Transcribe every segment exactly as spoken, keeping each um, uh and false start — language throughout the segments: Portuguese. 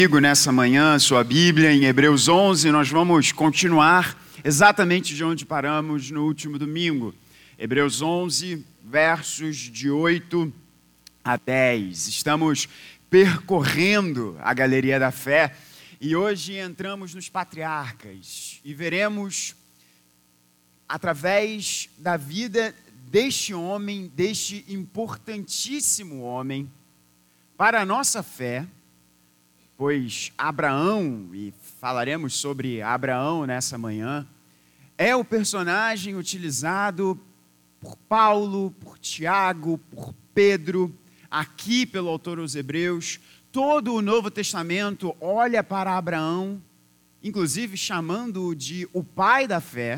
Comigo nessa manhã, sua Bíblia em Hebreus onze, nós vamos continuar exatamente de onde paramos no último domingo. Hebreus onze, versos de oito a dez. Estamos percorrendo a Galeria da Fé e hoje entramos nos patriarcas e veremos, através da vida deste homem, deste importantíssimo homem, para a nossa fé, pois Abraão, e falaremos sobre Abraão nessa manhã, é o personagem utilizado por Paulo, por Tiago, por Pedro, aqui pelo autor aos Hebreus. Todo o Novo Testamento olha para Abraão, inclusive chamando-o de o pai da fé.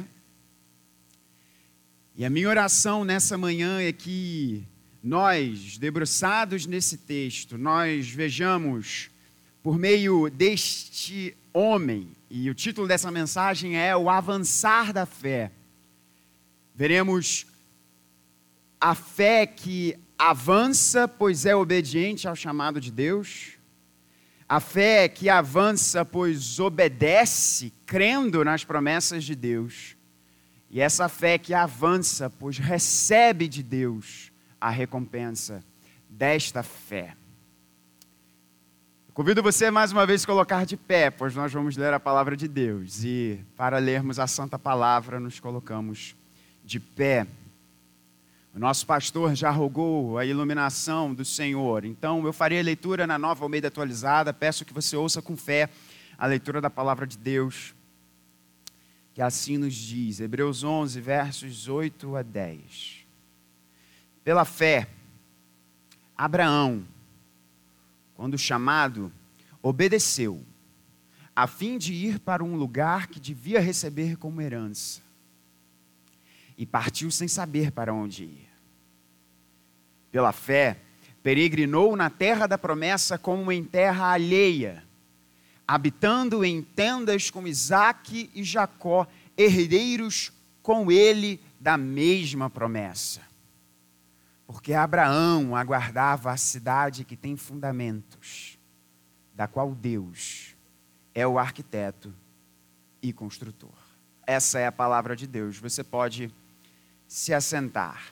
E a minha oração nessa manhã é que nós, debruçados nesse texto, nós vejamos por meio deste homem, e o título dessa mensagem é o avançar da fé. Veremos a fé que avança, pois é obediente ao chamado de Deus. A fé que avança, pois obedece, crendo nas promessas de Deus. E essa fé que avança, pois recebe de Deus a recompensa desta fé. Convido você mais uma vez a colocar de pé, pois nós vamos ler a palavra de Deus. E para lermos a santa palavra, nos colocamos de pé. O nosso pastor já rogou a iluminação do Senhor. Então eu farei a leitura na Nova Almeida Atualizada. Peço que você ouça com fé a leitura da palavra de Deus, que assim nos diz. Hebreus onze, versos oito a dez. Pela fé, Abraão, quando chamado, obedeceu, a fim de ir para um lugar que devia receber como herança. E partiu sem saber para onde ir. Pela fé, peregrinou na terra da promessa como em terra alheia, habitando em tendas com Isaque e Jacó, herdeiros com ele da mesma promessa. Porque Abraão aguardava a cidade que tem fundamentos, da qual Deus é o arquiteto e construtor. Essa é a palavra de Deus. Você pode se assentar.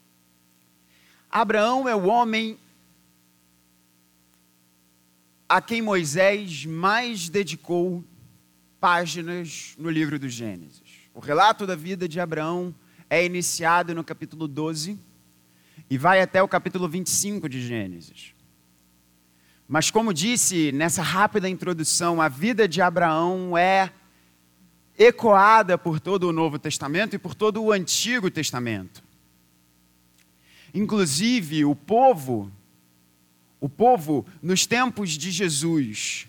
Abraão é o homem a quem Moisés mais dedicou páginas no livro do Gênesis. O relato da vida de Abraão é iniciado no capítulo doze, e vai até o capítulo vinte e cinco de Gênesis. Mas como disse nessa rápida introdução, a vida de Abraão é ecoada por todo o Novo Testamento e por todo o Antigo Testamento. Inclusive o povo, o povo nos tempos de Jesus,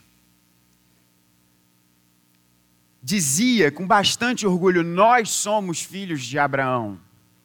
dizia com bastante orgulho: nós somos filhos de Abraão.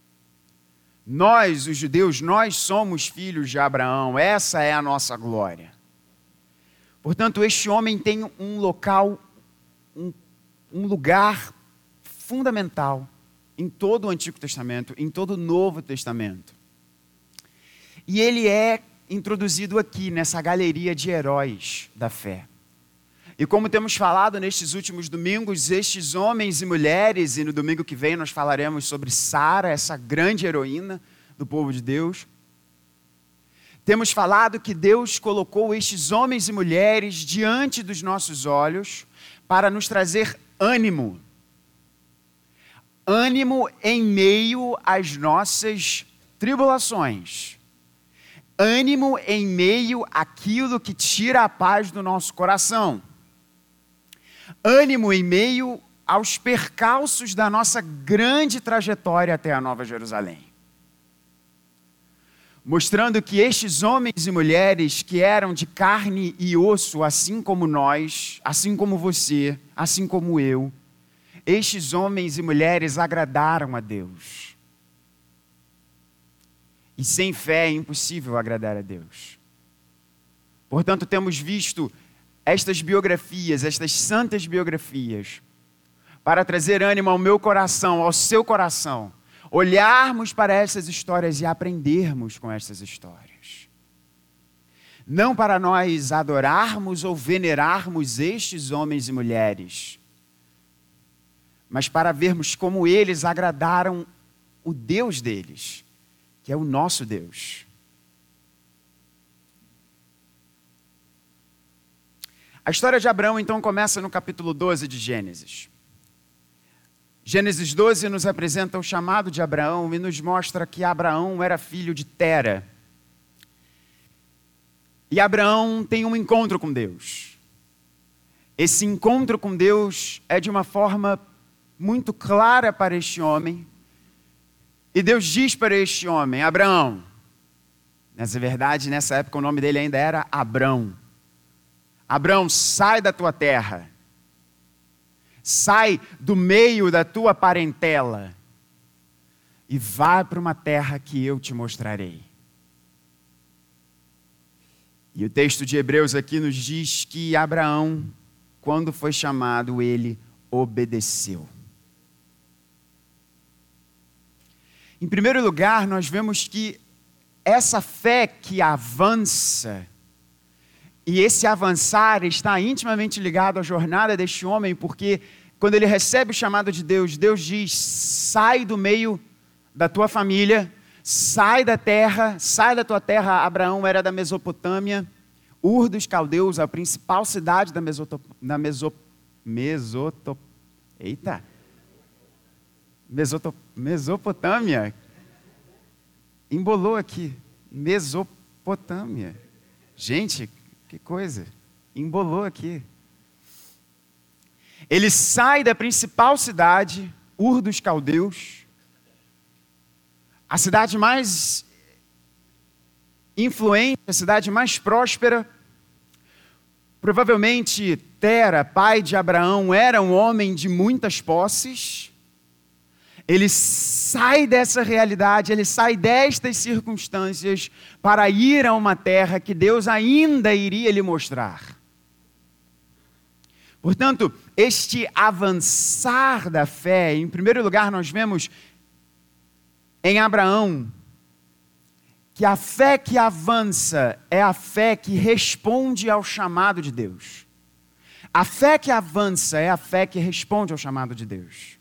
Nós, os judeus, nós somos filhos de Abraão, essa é a nossa glória. Portanto, este homem tem um local, um, um lugar fundamental em todo o Antigo Testamento, em todo o Novo Testamento. E ele é introduzido aqui nessa galeria de heróis da fé. E como temos falado nestes últimos domingos, estes homens e mulheres, e no domingo que vem nós falaremos sobre Sara, essa grande heroína do povo de Deus. Temos falado que Deus colocou estes homens e mulheres diante dos nossos olhos para nos trazer ânimo. Ânimo em meio às nossas tribulações. Ânimo em meio àquilo que tira a paz do nosso coração. Ânimo em meio aos percalços da nossa grande trajetória até a Nova Jerusalém. Mostrando que estes homens e mulheres que eram de carne e osso, assim como nós, assim como você, assim como eu, estes homens e mulheres agradaram a Deus. E sem fé é impossível agradar a Deus. Portanto, temos visto estas biografias, estas santas biografias, para trazer ânimo ao meu coração, ao seu coração, olharmos para essas histórias e aprendermos com essas histórias. não para nós adorarmos ou venerarmos estes homens e mulheres, mas para vermos como eles agradaram o Deus deles, que é o nosso Deus. A história de Abraão, então, começa no capítulo doze de Gênesis. Gênesis doze nos apresenta o chamado de Abraão e nos mostra que Abraão era filho de Tera. E Abraão tem um encontro com Deus. Esse encontro com Deus é de uma forma muito clara para este homem. E Deus diz para este homem, Abraão, nessa verdade, nessa época o nome dele ainda era Abrão. Abrão, sai da tua terra. Sai do meio da tua parentela e vá para uma terra que eu te mostrarei. E o texto de Hebreus aqui nos diz que Abraão, quando foi chamado, ele obedeceu. Em primeiro lugar, nós vemos que essa fé que avança, e esse avançar está intimamente ligado à jornada deste homem, porque quando ele recebe o chamado de Deus, Deus diz, sai do meio da tua família, sai da terra, sai da tua terra. Abraão era da Mesopotâmia, Ur dos Caldeus, a principal cidade da Mesotop... da Mesop... Mesotop... Eita! Mesotop... Mesopotâmia. Embolou aqui. Mesopotâmia. Gente, que coisa. Embolou aqui. Ele sai da principal cidade, Ur dos Caldeus, a cidade mais influente, a cidade mais próspera. Provavelmente Tera, pai de Abraão, era um homem de muitas posses. Ele sai dessa realidade, ele sai destas circunstâncias para ir a uma terra que Deus ainda iria lhe mostrar. Portanto, este avançar da fé, em primeiro lugar, nós vemos em Abraão que a fé que avança é a fé que responde ao chamado de Deus. A fé que avança é a fé que responde ao chamado de Deus.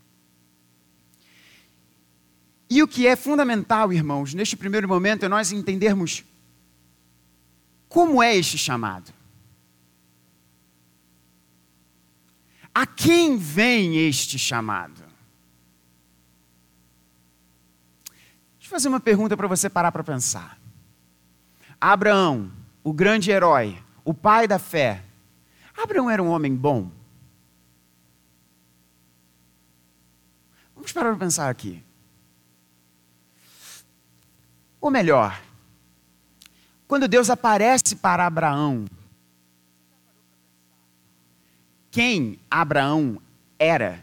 E o que é fundamental, irmãos, neste primeiro momento, é nós entendermos como é este chamado. A quem vem este chamado? Deixa eu fazer uma pergunta para você parar para pensar. Abraão, o grande herói, o pai da fé. Abraão era um homem bom? Vamos parar para pensar aqui. Ou melhor, quando Deus aparece para Abraão, quem Abraão era?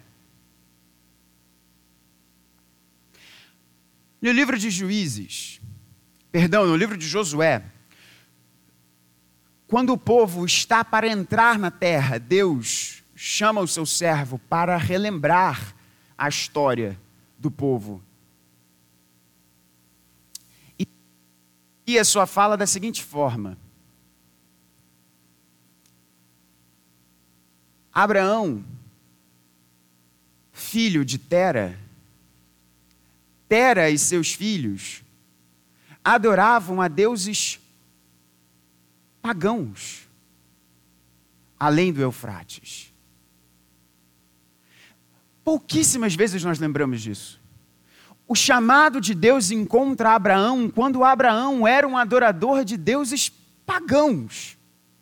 No livro de Juízes, perdão, no livro de Josué, quando o povo está para entrar na terra, Deus chama o seu servo para relembrar a história do povo. E a sua fala da seguinte forma: Abraão, filho de Tera, Tera e seus filhos adoravam a deuses pagãos, além do Eufrates. Pouquíssimas vezes nós lembramos disso. O chamado de Deus encontra Abraão quando Abraão era um adorador de deuses pagãos.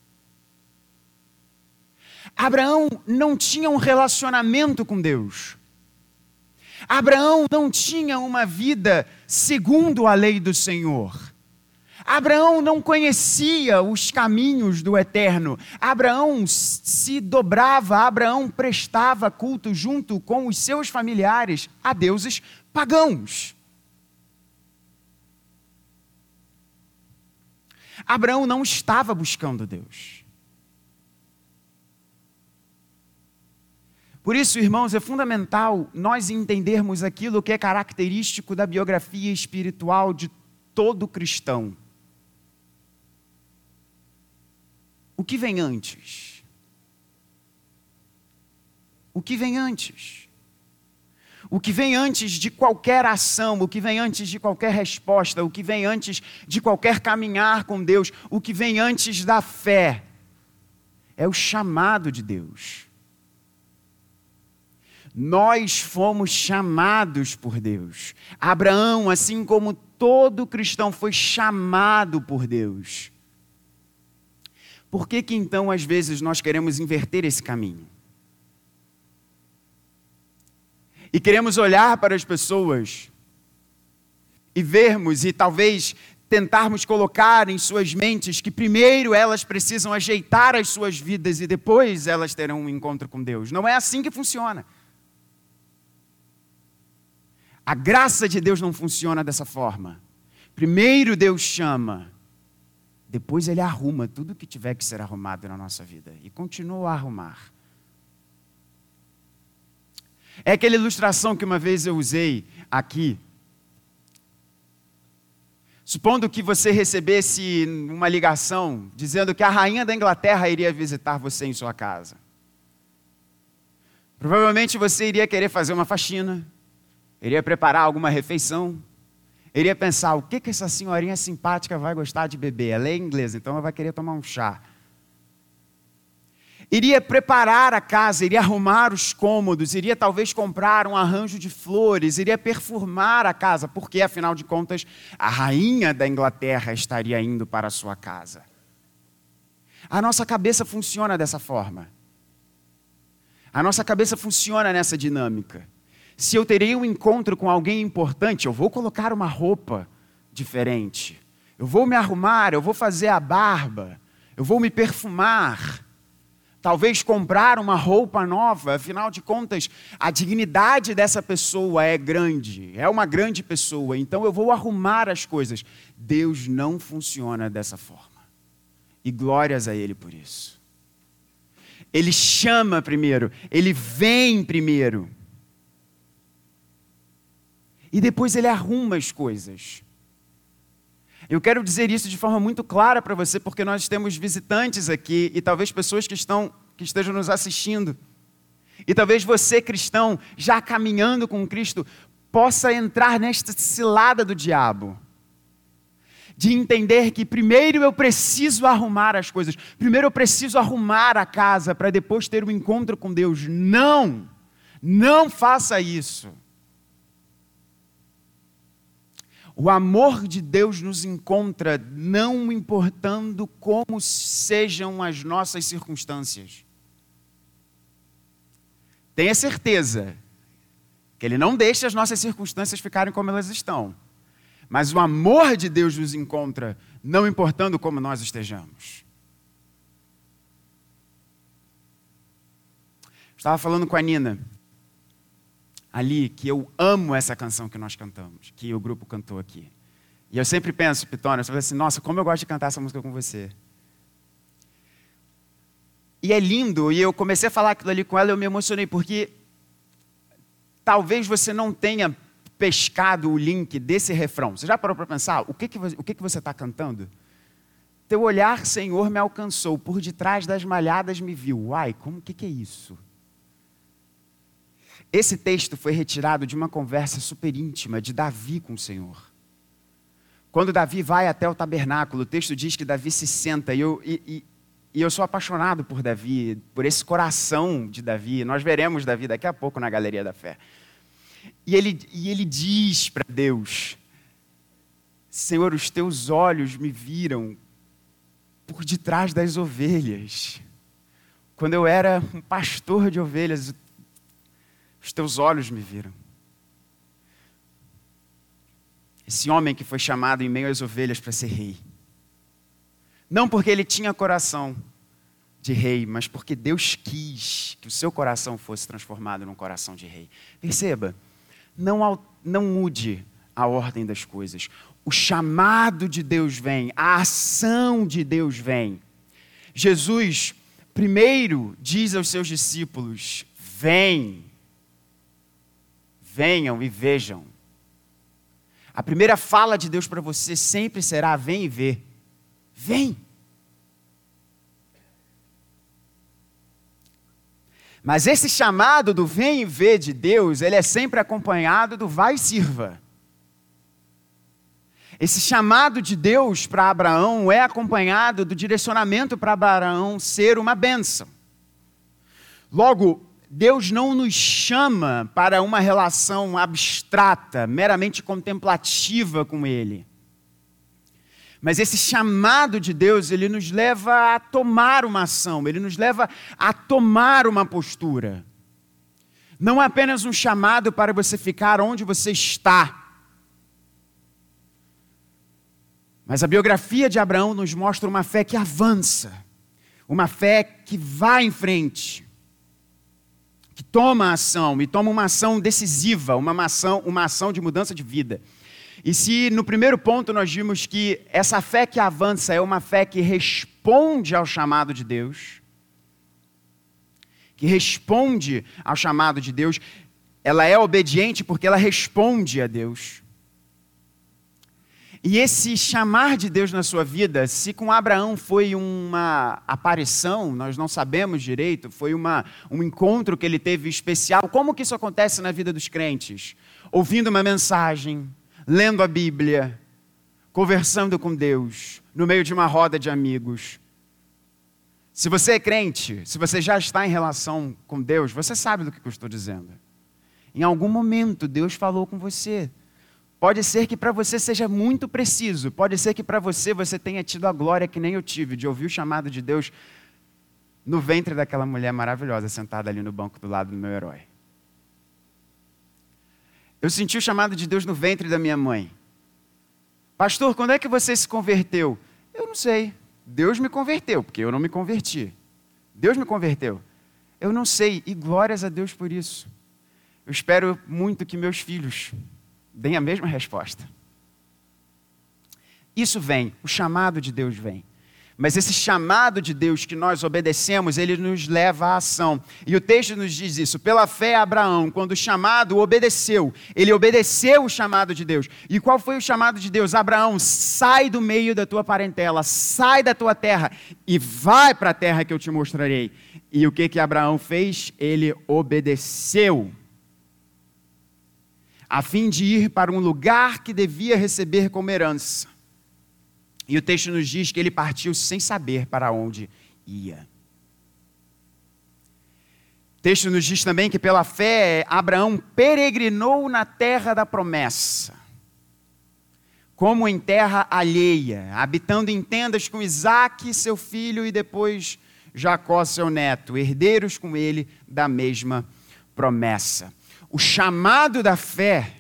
Abraão não tinha um relacionamento com Deus. Abraão não tinha uma vida segundo a lei do Senhor. Abraão não conhecia os caminhos do Eterno. Abraão se dobrava, Abraão prestava culto junto com os seus familiares a deuses pagãos. Abraão não estava buscando Deus. Por isso, irmãos, é fundamental nós entendermos aquilo que é característico da biografia espiritual de todo cristão. O que vem antes? O que vem antes? O que vem antes de qualquer ação, o que vem antes de qualquer resposta, o que vem antes de qualquer caminhar com Deus, o que vem antes da fé, é o chamado de Deus. Nós fomos chamados por Deus. Abraão, assim como todo cristão, foi chamado por Deus. Por que que então, às vezes, nós queremos inverter esse caminho? E queremos olhar para as pessoas e vermos e talvez tentarmos colocar em suas mentes que primeiro elas precisam ajeitar as suas vidas e depois elas terão um encontro com Deus. Não é assim que funciona. A graça de Deus não funciona dessa forma. Primeiro Deus chama, depois Ele arruma tudo que tiver que ser arrumado na nossa vida e continua a arrumar. É aquela ilustração que uma vez eu usei aqui. Supondo que você recebesse uma ligação dizendo que a rainha da Inglaterra iria visitar você em sua casa. Provavelmente você iria querer fazer uma faxina, iria preparar alguma refeição, iria pensar, o que que essa senhorinha simpática vai gostar de beber? Ela é inglesa, então ela vai querer tomar um chá. Iria preparar a casa, iria arrumar os cômodos, iria talvez comprar um arranjo de flores, iria perfumar a casa, porque, afinal de contas, a rainha da Inglaterra estaria indo para a sua casa. A nossa cabeça funciona dessa forma. A nossa cabeça funciona nessa dinâmica. Se eu terei um encontro com alguém importante, eu vou colocar uma roupa diferente. Eu vou me arrumar, eu vou fazer a barba, eu vou me perfumar. Talvez comprar uma roupa nova, afinal de contas, a dignidade dessa pessoa é grande, é uma grande pessoa, então eu vou arrumar as coisas. Deus não funciona dessa forma. E glórias a Ele por isso. Ele chama primeiro, Ele vem primeiro. E depois Ele arruma as coisas. Eu quero dizer isso de forma muito clara para você, porque nós temos visitantes aqui e talvez pessoas que, estão, que estejam nos assistindo. E talvez você, cristão, já caminhando com Cristo, possa entrar nesta cilada do diabo. De entender que primeiro eu preciso arrumar as coisas, primeiro eu preciso arrumar a casa para depois ter um encontro com Deus. Não! Não faça isso. O amor de Deus nos encontra não importando como sejam as nossas circunstâncias. Tenha certeza que Ele não deixa as nossas circunstâncias ficarem como elas estão. Mas o amor de Deus nos encontra não importando como nós estejamos. Estava falando com a Nina ali, que eu amo essa canção que nós cantamos, que o grupo cantou aqui. E eu sempre penso, Pitona, eu falo assim, nossa, como eu gosto de cantar essa música com você. E é lindo, e eu comecei a falar aquilo ali com ela, eu me emocionei, porque talvez você não tenha pescado o link desse refrão. Você já parou para pensar, o que, que, o que, que você está cantando? Teu olhar, Senhor, me alcançou, por detrás das malhadas me viu. Uai, como que, que é isso? Esse texto foi retirado de uma conversa super íntima de Davi com o Senhor. Quando Davi vai até o tabernáculo, o texto diz que Davi se senta, e eu, e, e, e eu sou apaixonado por Davi, por esse coração de Davi. Nós veremos Davi daqui a pouco na Galeria da Fé. E ele, e ele diz para Deus, Senhor, os teus olhos me viram por detrás das ovelhas. Quando eu era um pastor de ovelhas, os teus olhos me viram. Esse homem que foi chamado em meio às ovelhas para ser rei. Não porque ele tinha coração de rei, mas porque Deus quis que o seu coração fosse transformado num coração de rei. Perceba, não, não mude a ordem das coisas. O chamado de Deus vem, a ação de Deus vem. Jesus primeiro diz aos seus discípulos, vem. Venham e vejam. A primeira fala de Deus para você sempre será, vem e vê. Vem. Mas esse chamado do vem e vê de Deus, ele é sempre acompanhado do vai e sirva. Esse chamado de Deus para Abraão é acompanhado do direcionamento para Abraão ser uma bênção. Logo, Deus não nos chama para uma relação abstrata, meramente contemplativa com Ele. Mas esse chamado de Deus, ele nos leva a tomar uma ação, ele nos leva a tomar uma postura. Não é apenas um chamado para você ficar onde você está. Mas a biografia de Abraão nos mostra uma fé que avança, uma fé que vai em frente, que toma ação, e toma uma ação decisiva, uma ação, uma ação de mudança de vida. E se no primeiro ponto nós vimos que essa fé que avança é uma fé que responde ao chamado de Deus, que responde ao chamado de Deus, ela é obediente porque ela responde a Deus. E esse chamar de Deus na sua vida, se com Abraão foi uma aparição, nós não sabemos direito, foi uma, um encontro que ele teve especial, como que isso acontece na vida dos crentes? Ouvindo uma mensagem, lendo a Bíblia, conversando com Deus, no meio de uma roda de amigos. Se você é crente, se você já está em relação com Deus, você sabe do que eu estou dizendo. Em algum momento Deus falou com você. Pode ser que para você seja muito preciso, pode ser que para você você tenha tido a glória que nem eu tive, de ouvir o chamado de Deus no ventre daquela mulher maravilhosa, sentada ali no banco do lado do meu herói. Eu senti o chamado de Deus no ventre da minha mãe. Pastor, quando é que você se converteu? Eu não sei. Deus me converteu, porque eu não me converti. Deus me converteu. Eu não sei, e glórias a Deus por isso. Eu espero muito que meus filhos deem a mesma resposta. Isso vem, o chamado de Deus vem. Mas esse chamado de Deus que nós obedecemos, ele nos leva à ação. E o texto nos diz isso. Pela fé, Abraão, quando o chamado obedeceu, ele obedeceu o chamado de Deus. E qual foi o chamado de Deus? Abraão, sai do meio da tua parentela, sai da tua terra e vai para a terra que eu te mostrarei. E o que que Abraão fez? Ele obedeceu, a fim de ir para um lugar que devia receber como herança. E o texto nos diz que ele partiu sem saber para onde ia. O texto nos diz também que pela fé, Abraão peregrinou na terra da promessa, como em terra alheia, habitando em tendas com Isaque, seu filho, e depois Jacó, seu neto, herdeiros com ele da mesma promessa. O chamado da fé,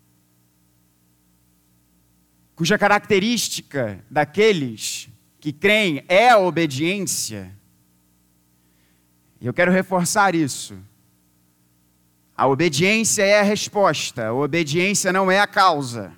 cuja característica daqueles que creem é a obediência, e eu quero reforçar isso. A obediência é a resposta, a obediência não é a causa.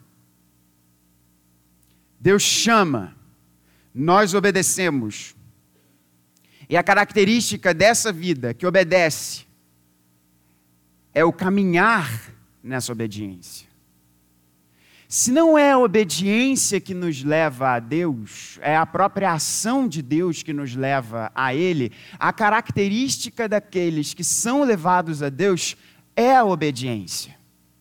Deus chama, nós obedecemos. E a característica dessa vida que obedece é o caminhar nessa obediência. Se não é a obediência que nos leva a Deus, é a própria ação de Deus que nos leva a Ele, a característica daqueles que são levados a Deus é a obediência.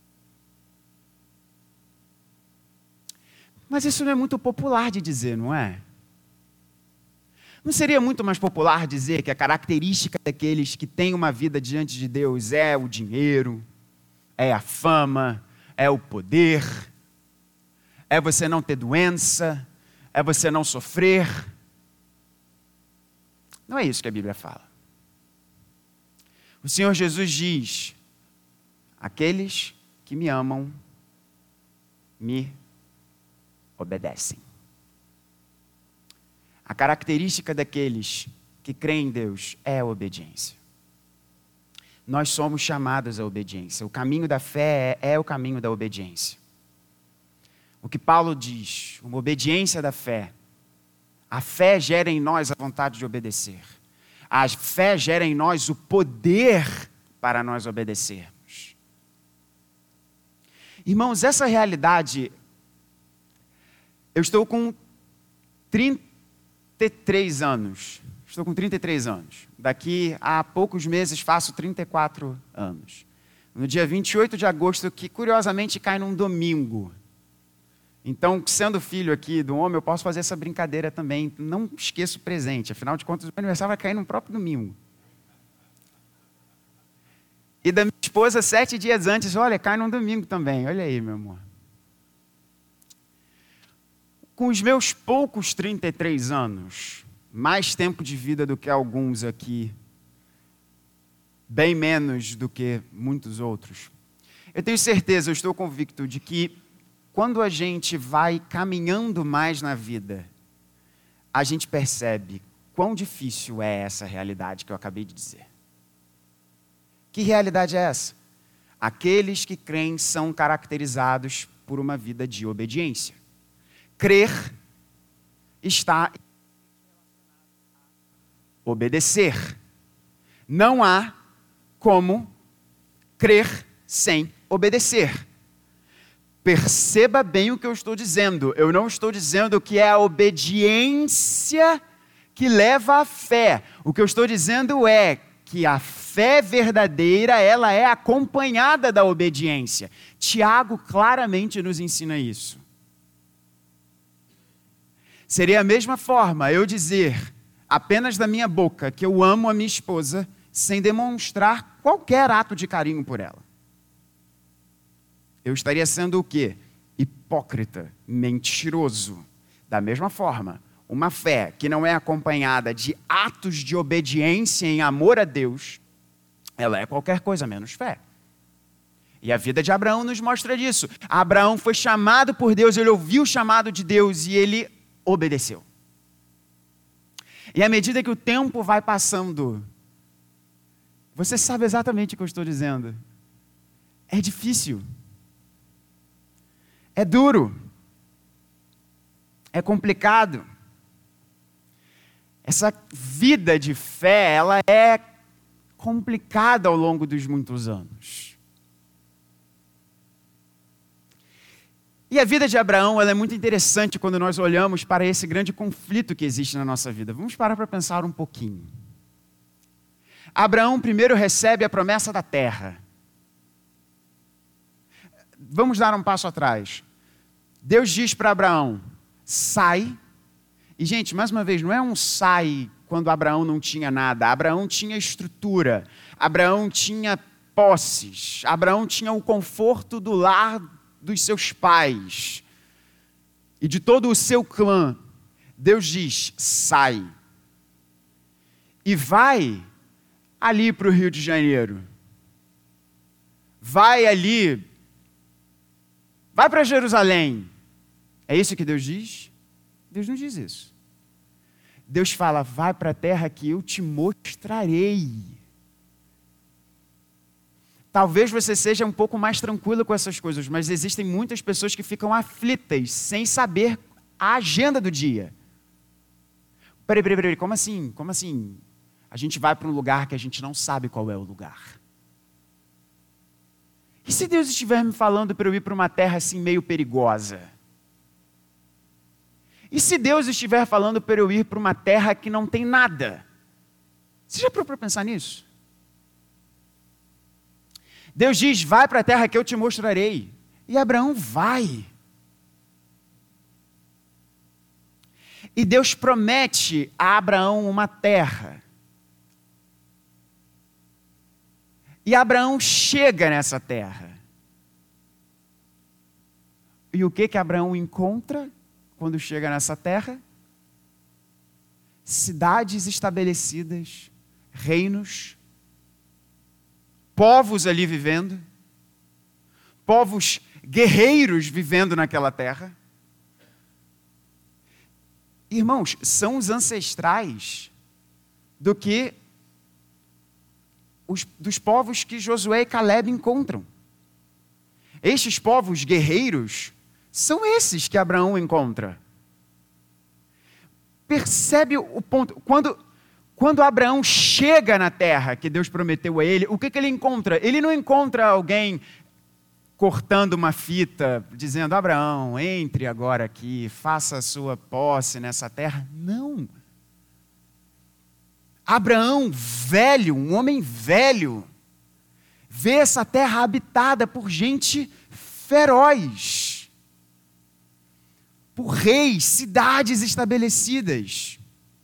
Mas isso não é muito popular de dizer, não é? Não seria muito mais popular dizer que a característica daqueles que têm uma vida diante de Deus é o dinheiro, é a fama, é o poder, é você não ter doença, é você não sofrer? Não é isso que a Bíblia fala. O Senhor Jesus diz: aqueles que me amam, me obedecem. A característica daqueles que creem em Deus é a obediência. Nós somos chamados à obediência. O caminho da fé é, é o caminho da obediência. O que Paulo diz, uma obediência da fé. A fé gera em nós a vontade de obedecer. A fé gera em nós o poder para nós obedecermos. Irmãos, essa realidade, eu estou com trinta e três anos. estou com trinta e três anos. Daqui a poucos meses faço trinta e quatro anos. No dia vinte e oito de agosto, que curiosamente cai num domingo. Então, sendo filho aqui do homem, eu posso fazer essa brincadeira também. Não esqueço o presente. Afinal de contas, o meu aniversário vai cair no próprio domingo. E da minha esposa, sete dias antes, olha, cai num domingo também. Olha aí, meu amor. Com os meus poucos trinta e três anos, mais tempo de vida do que alguns aqui, bem menos do que muitos outros, eu tenho certeza, eu estou convicto de que quando a gente vai caminhando mais na vida, a gente percebe quão difícil é essa realidade que eu acabei de dizer. Que realidade é essa? Aqueles que creem são caracterizados por uma vida de obediência. Crer está em obedecer. Não há como crer sem obedecer. Perceba bem o que eu estou dizendo. Eu não estou dizendo que é a obediência que leva à fé. O que eu estou dizendo é que a fé verdadeira, ela é acompanhada da obediência. Tiago claramente nos ensina isso. Seria a mesma forma eu dizer apenas da minha boca que eu amo a minha esposa sem demonstrar qualquer ato de carinho por ela. Eu estaria sendo o quê? Hipócrita, mentiroso. Da mesma forma, uma fé que não é acompanhada de atos de obediência em amor a Deus, ela é qualquer coisa menos fé. E a vida de Abraão nos mostra disso. Abraão foi chamado por Deus, ele ouviu o chamado de Deus e ele obedeceu. E à medida que o tempo vai passando, você sabe exatamente o que eu estou dizendo. É difícil. É duro. É complicado. Essa vida de fé, ela é complicada ao longo dos muitos anos. E a vida de Abraão, ela é muito interessante quando nós olhamos para esse grande conflito que existe na nossa vida. Vamos parar para pensar um pouquinho. Abraão primeiro recebe a promessa da terra. Vamos dar um passo atrás. Deus diz para Abraão, sai. E, gente, mais uma vez, não é um sai quando Abraão não tinha nada. Abraão tinha estrutura. Abraão tinha posses. Abraão tinha o conforto do lar dos seus pais e de todo o seu clã. Deus diz, sai. E vai ali para o Rio de Janeiro. Vai ali. Vai para Jerusalém. É isso que Deus diz? Deus não diz isso. Deus fala, vai para a terra que eu te mostrarei. Talvez você seja um pouco mais tranquilo com essas coisas, mas existem muitas pessoas que ficam aflitas, sem saber a agenda do dia. Peraí, peraí, peraí, como assim? Como assim? A gente vai para um lugar que a gente não sabe qual é o lugar. E se Deus estiver me falando para eu ir para uma terra assim meio perigosa? E se Deus estiver falando para eu ir para uma terra que não tem nada? Você já parou para pensar nisso? Deus diz, vai para a terra que eu te mostrarei. E Abraão vai. E Deus promete a Abraão uma terra. E Abraão chega nessa terra. E o que que Abraão encontra quando chega nessa terra? Cidades estabelecidas, reinos, povos ali vivendo, povos guerreiros vivendo naquela terra. Irmãos, são os ancestrais do que os, dos povos que Josué e Caleb encontram. Estes povos guerreiros são esses que Abraão encontra. Percebe o ponto? Quando, quando Abraão chega na terra que Deus prometeu a ele, o que, que ele encontra? Ele não encontra alguém cortando uma fita, dizendo, Abraão, entre agora aqui, faça a sua posse nessa terra. Não. Abraão, velho, um homem velho, vê essa terra habitada por gente feroz, por reis, cidades estabelecidas.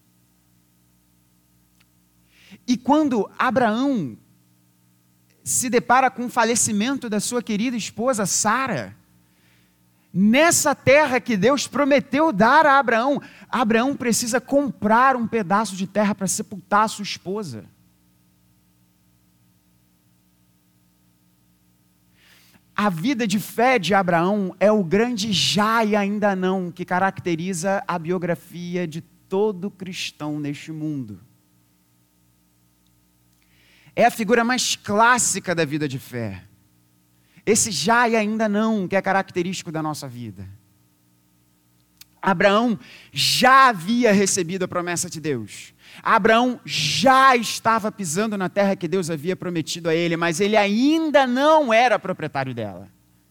E quando Abraão se depara com o falecimento da sua querida esposa Sara, nessa terra que Deus prometeu dar a Abraão, Abraão precisa comprar um pedaço de terra para sepultar a sua esposa. A vida de fé de Abraão é o grande já e ainda não que caracteriza a biografia de todo cristão neste mundo. É a figura mais clássica da vida de fé. Esse já e ainda não que é característico da nossa vida. Abraão já havia recebido a promessa de Deus. Abraão já estava pisando na terra que Deus havia prometido a ele, mas ele ainda não era proprietário dela.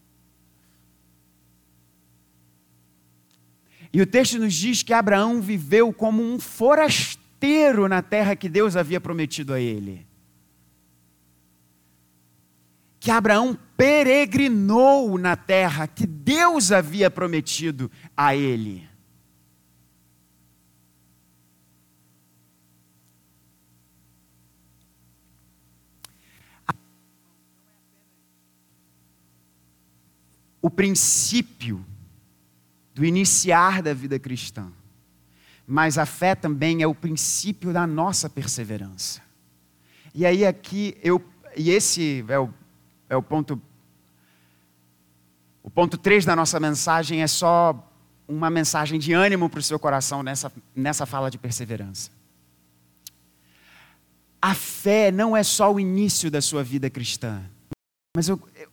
E o texto nos diz que Abraão viveu como um forasteiro na terra que Deus havia prometido a ele. Que Abraão peregrinou na terra que Deus havia prometido a ele. O princípio do iniciar da vida cristã, mas a fé também é o princípio da nossa perseverança. E aí aqui eu, e esse é o É o ponto, o ponto três da nossa mensagem é só uma mensagem de ânimo para o seu coração nessa, nessa fala de perseverança. A fé não é só o início da sua vida cristã, mas eu, eu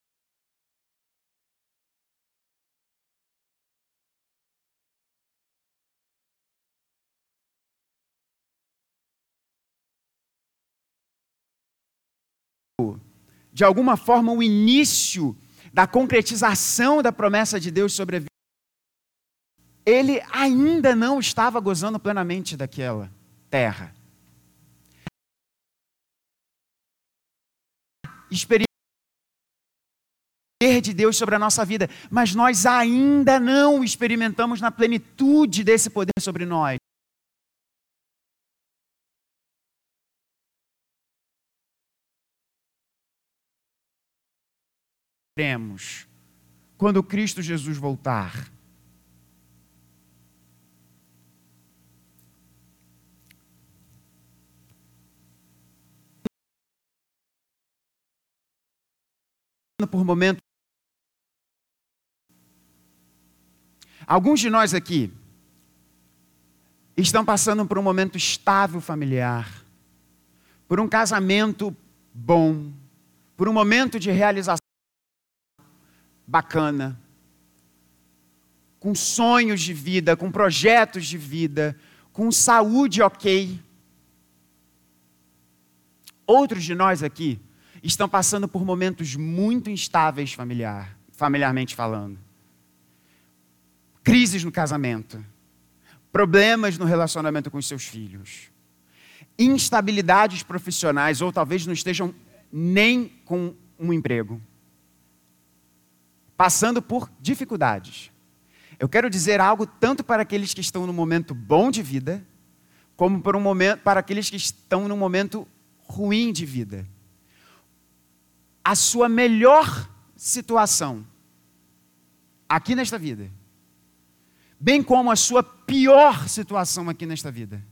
de alguma forma, o início da concretização da promessa de Deus sobre a vida. Ele ainda não estava gozando plenamente daquela terra. Experiência de Deus sobre a nossa vida, mas nós ainda não experimentamos na plenitude desse poder sobre nós. Teremos quando Cristo Jesus voltar. Por momento, alguns de nós aqui estão passando por um momento estável familiar, por um casamento bom, por um momento de realização bacana, com sonhos de vida, com projetos de vida, com saúde ok. Outros de nós aqui estão passando por momentos muito instáveis familiar, familiarmente falando. Crises no casamento, problemas no relacionamento com os seus filhos, instabilidades profissionais, ou talvez não estejam nem com um emprego. Passando por dificuldades. Eu quero dizer algo tanto para aqueles que estão num momento bom de vida, como para, um momento, para aqueles que estão num momento ruim de vida. A sua melhor situação aqui nesta vida, bem como a sua pior situação aqui nesta vida.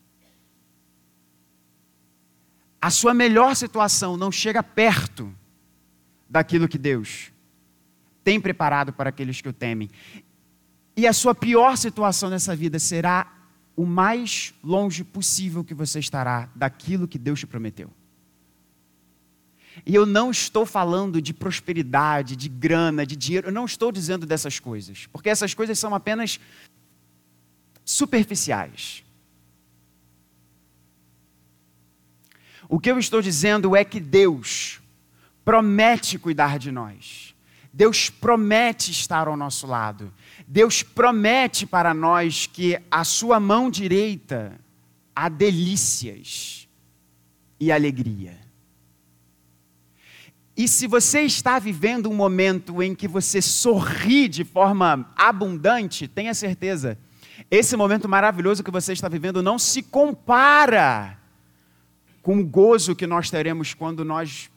A sua melhor situação não chega perto daquilo que Deus tem preparado para aqueles que o temem. E a sua pior situação nessa vida será o mais longe possível que você estará daquilo que Deus te prometeu. E eu não estou falando de prosperidade, de grana, de dinheiro, eu não estou dizendo dessas coisas, porque essas coisas são apenas superficiais. O que eu estou dizendo é que Deus promete cuidar de nós. Deus promete estar ao nosso lado. Deus promete para nós que a sua mão direita a delícias e alegria. E se você está vivendo um momento em que você sorri de forma abundante, tenha certeza, esse momento maravilhoso que você está vivendo não se compara com o gozo que nós teremos quando nós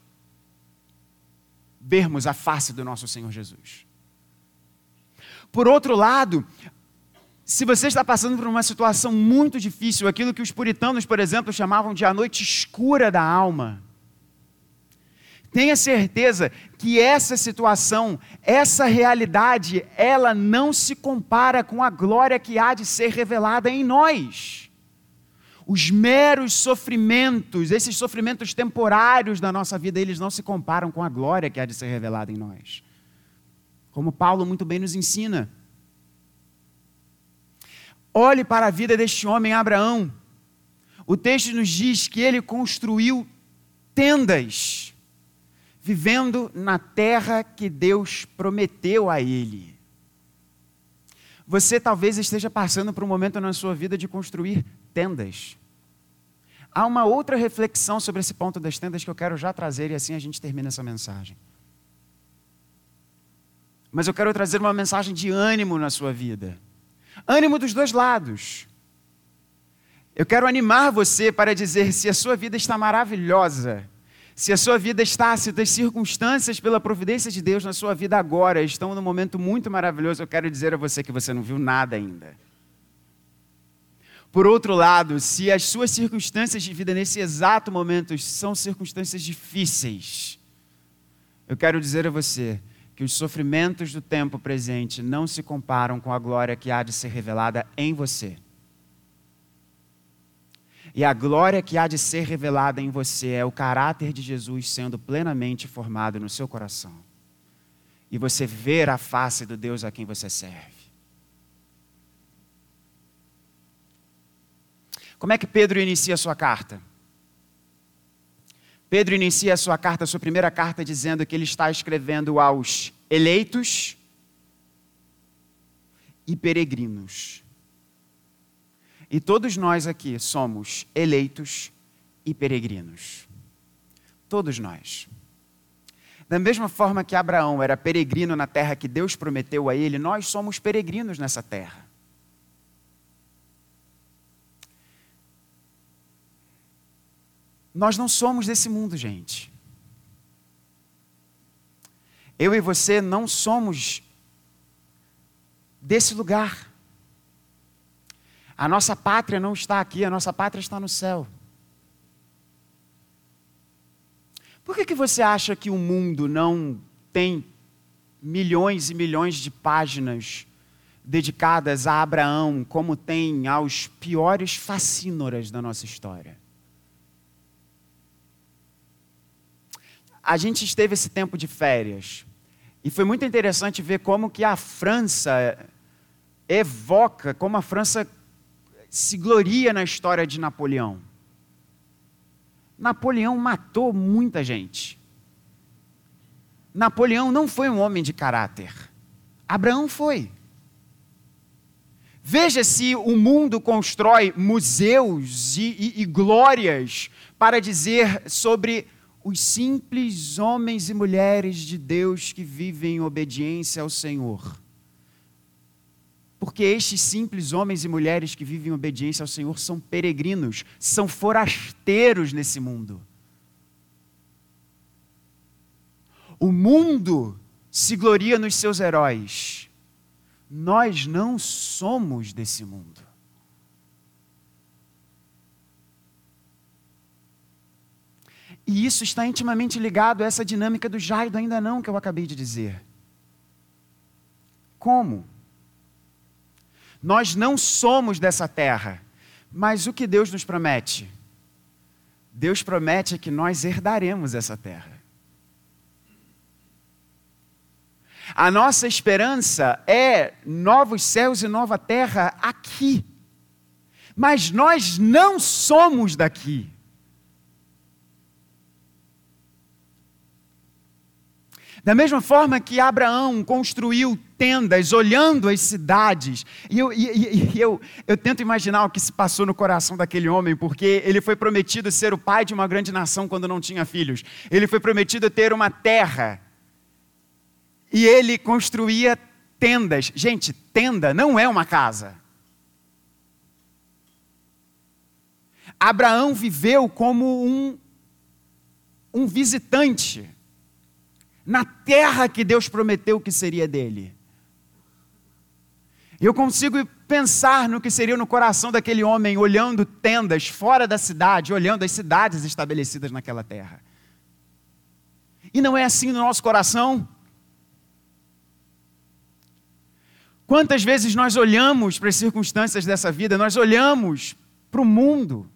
vermos a face do nosso Senhor Jesus. Por outro lado, se você está passando por uma situação muito difícil, aquilo que os puritanos, por exemplo, chamavam de a noite escura da alma, tenha certeza que essa situação, essa realidade, ela não se compara com a glória que há de ser revelada em nós. Os meros sofrimentos, esses sofrimentos temporários da nossa vida, eles não se comparam com a glória que há de ser revelada em nós. Como Paulo muito bem nos ensina. Olhe para a vida deste homem, Abraão. O texto nos diz que ele construiu tendas, vivendo na terra que Deus prometeu a ele. Você talvez esteja passando por um momento na sua vida de construir tendas. Há uma outra reflexão sobre esse ponto das tendas que eu quero já trazer e assim a gente termina essa mensagem. Mas eu quero trazer uma mensagem de ânimo na sua vida. Ânimo dos dois lados. Eu quero animar você para dizer, se a sua vida está maravilhosa, se a sua vida está, se as circunstâncias pela providência de Deus na sua vida agora estão num momento muito maravilhoso, eu quero dizer a você que você não viu nada ainda. Por outro lado, se as suas circunstâncias de vida nesse exato momento são circunstâncias difíceis, eu quero dizer a você que os sofrimentos do tempo presente não se comparam com a glória que há de ser revelada em você. E a glória que há de ser revelada em você é o caráter de Jesus sendo plenamente formado no seu coração. E você ver a face do Deus a quem você serve. Como é que Pedro inicia a sua carta? Pedro inicia a sua carta, a sua primeira carta, dizendo que ele está escrevendo aos eleitos e peregrinos. E todos nós aqui somos eleitos e peregrinos. Todos nós. Da mesma forma que Abraão era peregrino na terra que Deus prometeu a ele, nós somos peregrinos nessa terra. Nós não somos desse mundo, gente. Eu e você não somos desse lugar. A nossa pátria não está aqui, a nossa pátria está no céu. Por que que você acha que o mundo não tem milhões e milhões de páginas dedicadas a Abraão, como tem aos piores facínoras da nossa história? A gente esteve esse tempo de férias e foi muito interessante ver como que a França evoca, como a França se gloria na história de Napoleão. Napoleão matou muita gente. Napoleão não foi um homem de caráter. Abraão foi. Veja se o mundo constrói museus e, e, e glórias para dizer sobre os simples homens e mulheres de Deus que vivem em obediência ao Senhor. Porque estes simples homens e mulheres que vivem em obediência ao Senhor são peregrinos, são forasteiros nesse mundo. O mundo se gloria nos seus heróis. Nós não somos desse mundo. E isso está intimamente ligado a essa dinâmica do já e do ainda não que eu acabei de dizer. Como? Nós não somos dessa terra, mas o que Deus nos promete? Deus promete que nós herdaremos essa terra. A nossa esperança é novos céus e nova terra aqui. Mas nós não somos daqui. Da mesma forma que Abraão construiu tendas olhando as cidades, e, eu, e, e eu, eu tento imaginar o que se passou no coração daquele homem, porque ele foi prometido ser o pai de uma grande nação quando não tinha filhos. Ele foi prometido ter uma terra, e ele construía tendas. Gente, tenda não é uma casa. Abraão viveu como um, um visitante na terra que Deus prometeu que seria dele. Eu consigo pensar no que seria no coração daquele homem, olhando tendas fora da cidade, olhando as cidades estabelecidas naquela terra. E não é assim no nosso coração? Quantas vezes nós olhamos para as circunstâncias dessa vida, nós olhamos para o mundo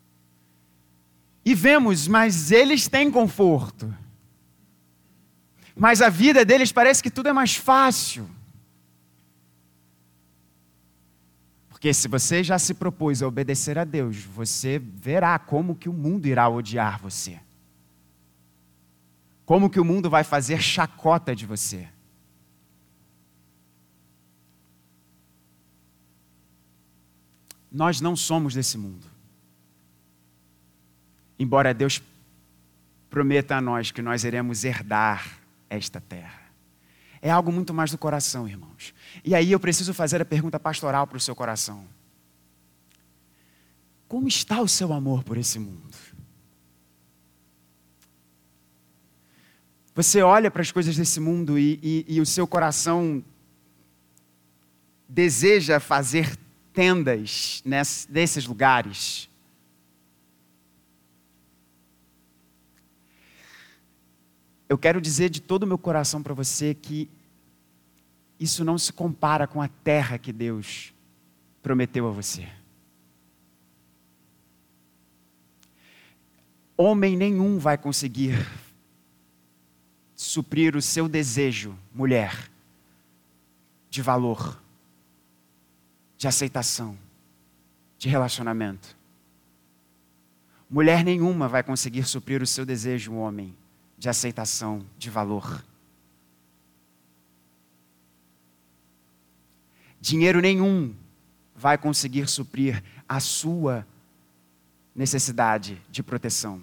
e vemos, mas eles têm conforto. Mas a vida deles parece que tudo é mais fácil. Porque se você já se propôs a obedecer a Deus, você verá como que o mundo irá odiar você. Como que o mundo vai fazer chacota de você. Nós não somos desse mundo. Embora Deus prometa a nós que nós iremos herdar esta terra. É algo muito mais do coração, irmãos. E aí eu preciso fazer a pergunta pastoral para o seu coração. Como está o seu amor por esse mundo? Você olha para as coisas desse mundo e, e, e o seu coração deseja fazer tendas ness, nesses lugares? Eu quero dizer de todo o meu coração para você que isso não se compara com a terra que Deus prometeu a você. Homem nenhum vai conseguir suprir o seu desejo, mulher, de valor, de aceitação, de relacionamento. Mulher nenhuma vai conseguir suprir o seu desejo, homem, de aceitação, de valor. Dinheiro nenhum vai conseguir suprir a sua necessidade de proteção,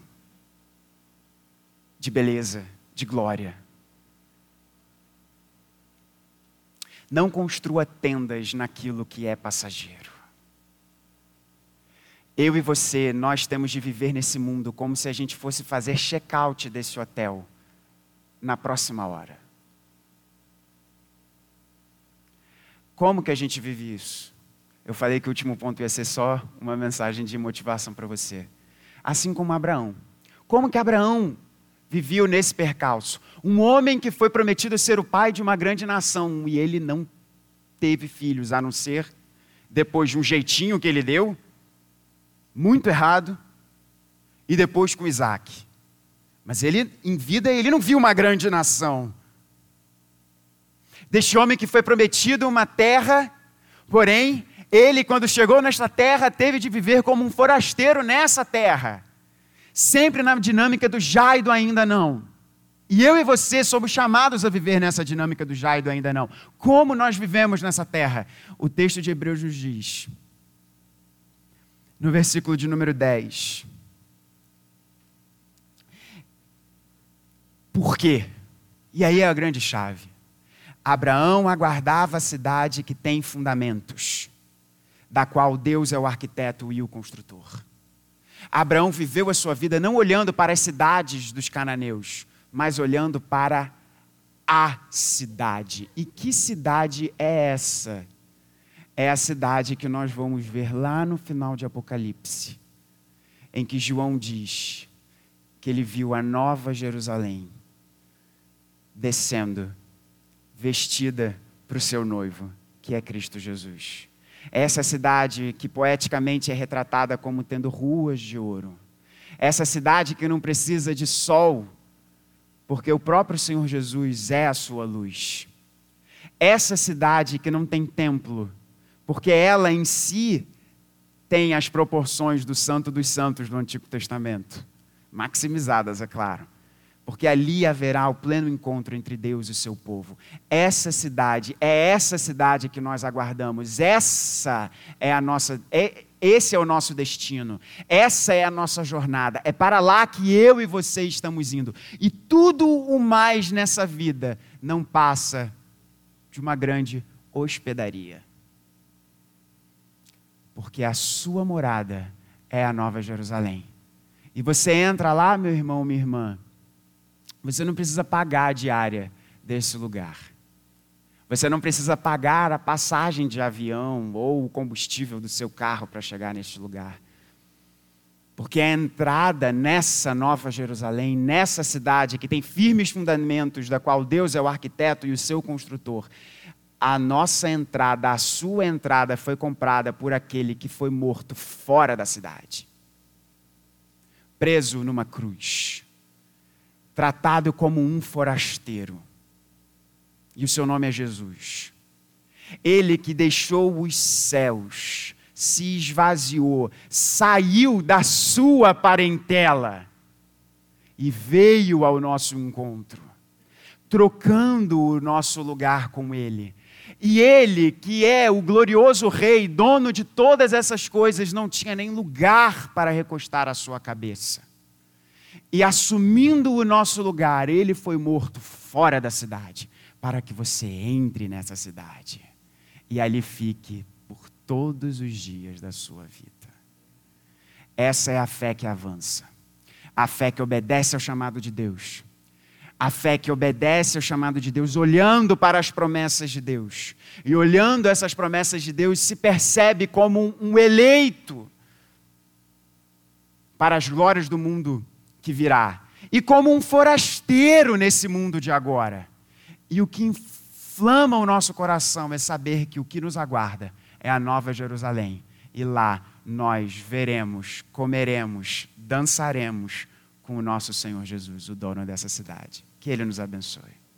de beleza, de glória. Não construa tendas naquilo que é passageiro. Eu e você, nós temos de viver nesse mundo como se a gente fosse fazer check-out desse hotel na próxima hora. Como que a gente vive isso? Eu falei que o último ponto ia ser só uma mensagem de motivação para você. Assim como Abraão. Como que Abraão viveu nesse percalço? Um homem que foi prometido ser o pai de uma grande nação e ele não teve filhos, a não ser depois de um jeitinho que ele deu, muito errado, e depois com Isaac. Mas ele, em vida, ele não viu uma grande nação. Deste homem que foi prometido uma terra, porém, ele, quando chegou nesta terra, teve de viver como um forasteiro nessa terra. Sempre na dinâmica do já e do ainda não. E eu e você somos chamados a viver nessa dinâmica do já e do ainda não. Como nós vivemos nessa terra? O texto de Hebreus nos diz, no versículo de número dez. Por quê? E aí é a grande chave. Abraão aguardava a cidade que tem fundamentos, da qual Deus é o arquiteto e o construtor. Abraão viveu a sua vida não olhando para as cidades dos cananeus, mas olhando para a cidade. E que cidade é essa? É a cidade que nós vamos ver lá no final de Apocalipse, em que João diz que ele viu a nova Jerusalém descendo, vestida para o seu noivo, que é Cristo Jesus. Essa cidade que poeticamente é retratada como tendo ruas de ouro. Essa cidade que não precisa de sol, porque o próprio Senhor Jesus é a sua luz. Essa cidade que não tem templo, porque ela em si tem as proporções do Santo dos Santos do Antigo Testamento. Maximizadas, é claro. porque ali haverá o pleno encontro entre Deus e o seu povo. Essa cidade, é essa cidade que nós aguardamos, essa é a nossa, é, esse é o nosso destino, essa é a nossa jornada, é para lá que eu e você estamos indo. E tudo o mais nessa vida não passa de uma grande hospedaria. Porque a sua morada é a Nova Jerusalém. E você entra lá, meu irmão, minha irmã, você não precisa pagar a diária desse lugar. Você não precisa pagar a passagem de avião ou o combustível do seu carro para chegar neste lugar. Porque a entrada nessa Nova Jerusalém, nessa cidade que tem firmes fundamentos, da qual Deus é o arquiteto e o seu construtor, a nossa entrada, a sua entrada foi comprada por aquele que foi morto fora da cidade. Preso numa cruz. Tratado como um forasteiro. E o seu nome é Jesus. Ele que deixou os céus, se esvaziou, saiu da sua parentela e veio ao nosso encontro, trocando o nosso lugar com Ele. E Ele, que é o glorioso Rei, dono de todas essas coisas, não tinha nem lugar para recostar a sua cabeça. E assumindo o nosso lugar, Ele foi morto fora da cidade, para que você entre nessa cidade e ali fique por todos os dias da sua vida. Essa é a fé que avança, a fé que obedece ao chamado de Deus, a fé que obedece ao chamado de Deus, olhando para as promessas de Deus, e olhando essas promessas de Deus, se percebe como um, um eleito para as glórias do mundo que virá, e como um forasteiro nesse mundo de agora. E o que inflama o nosso coração é saber que o que nos aguarda é a Nova Jerusalém, e lá nós veremos, comeremos, dançaremos com o nosso Senhor Jesus, o dono dessa cidade. Que Ele nos abençoe.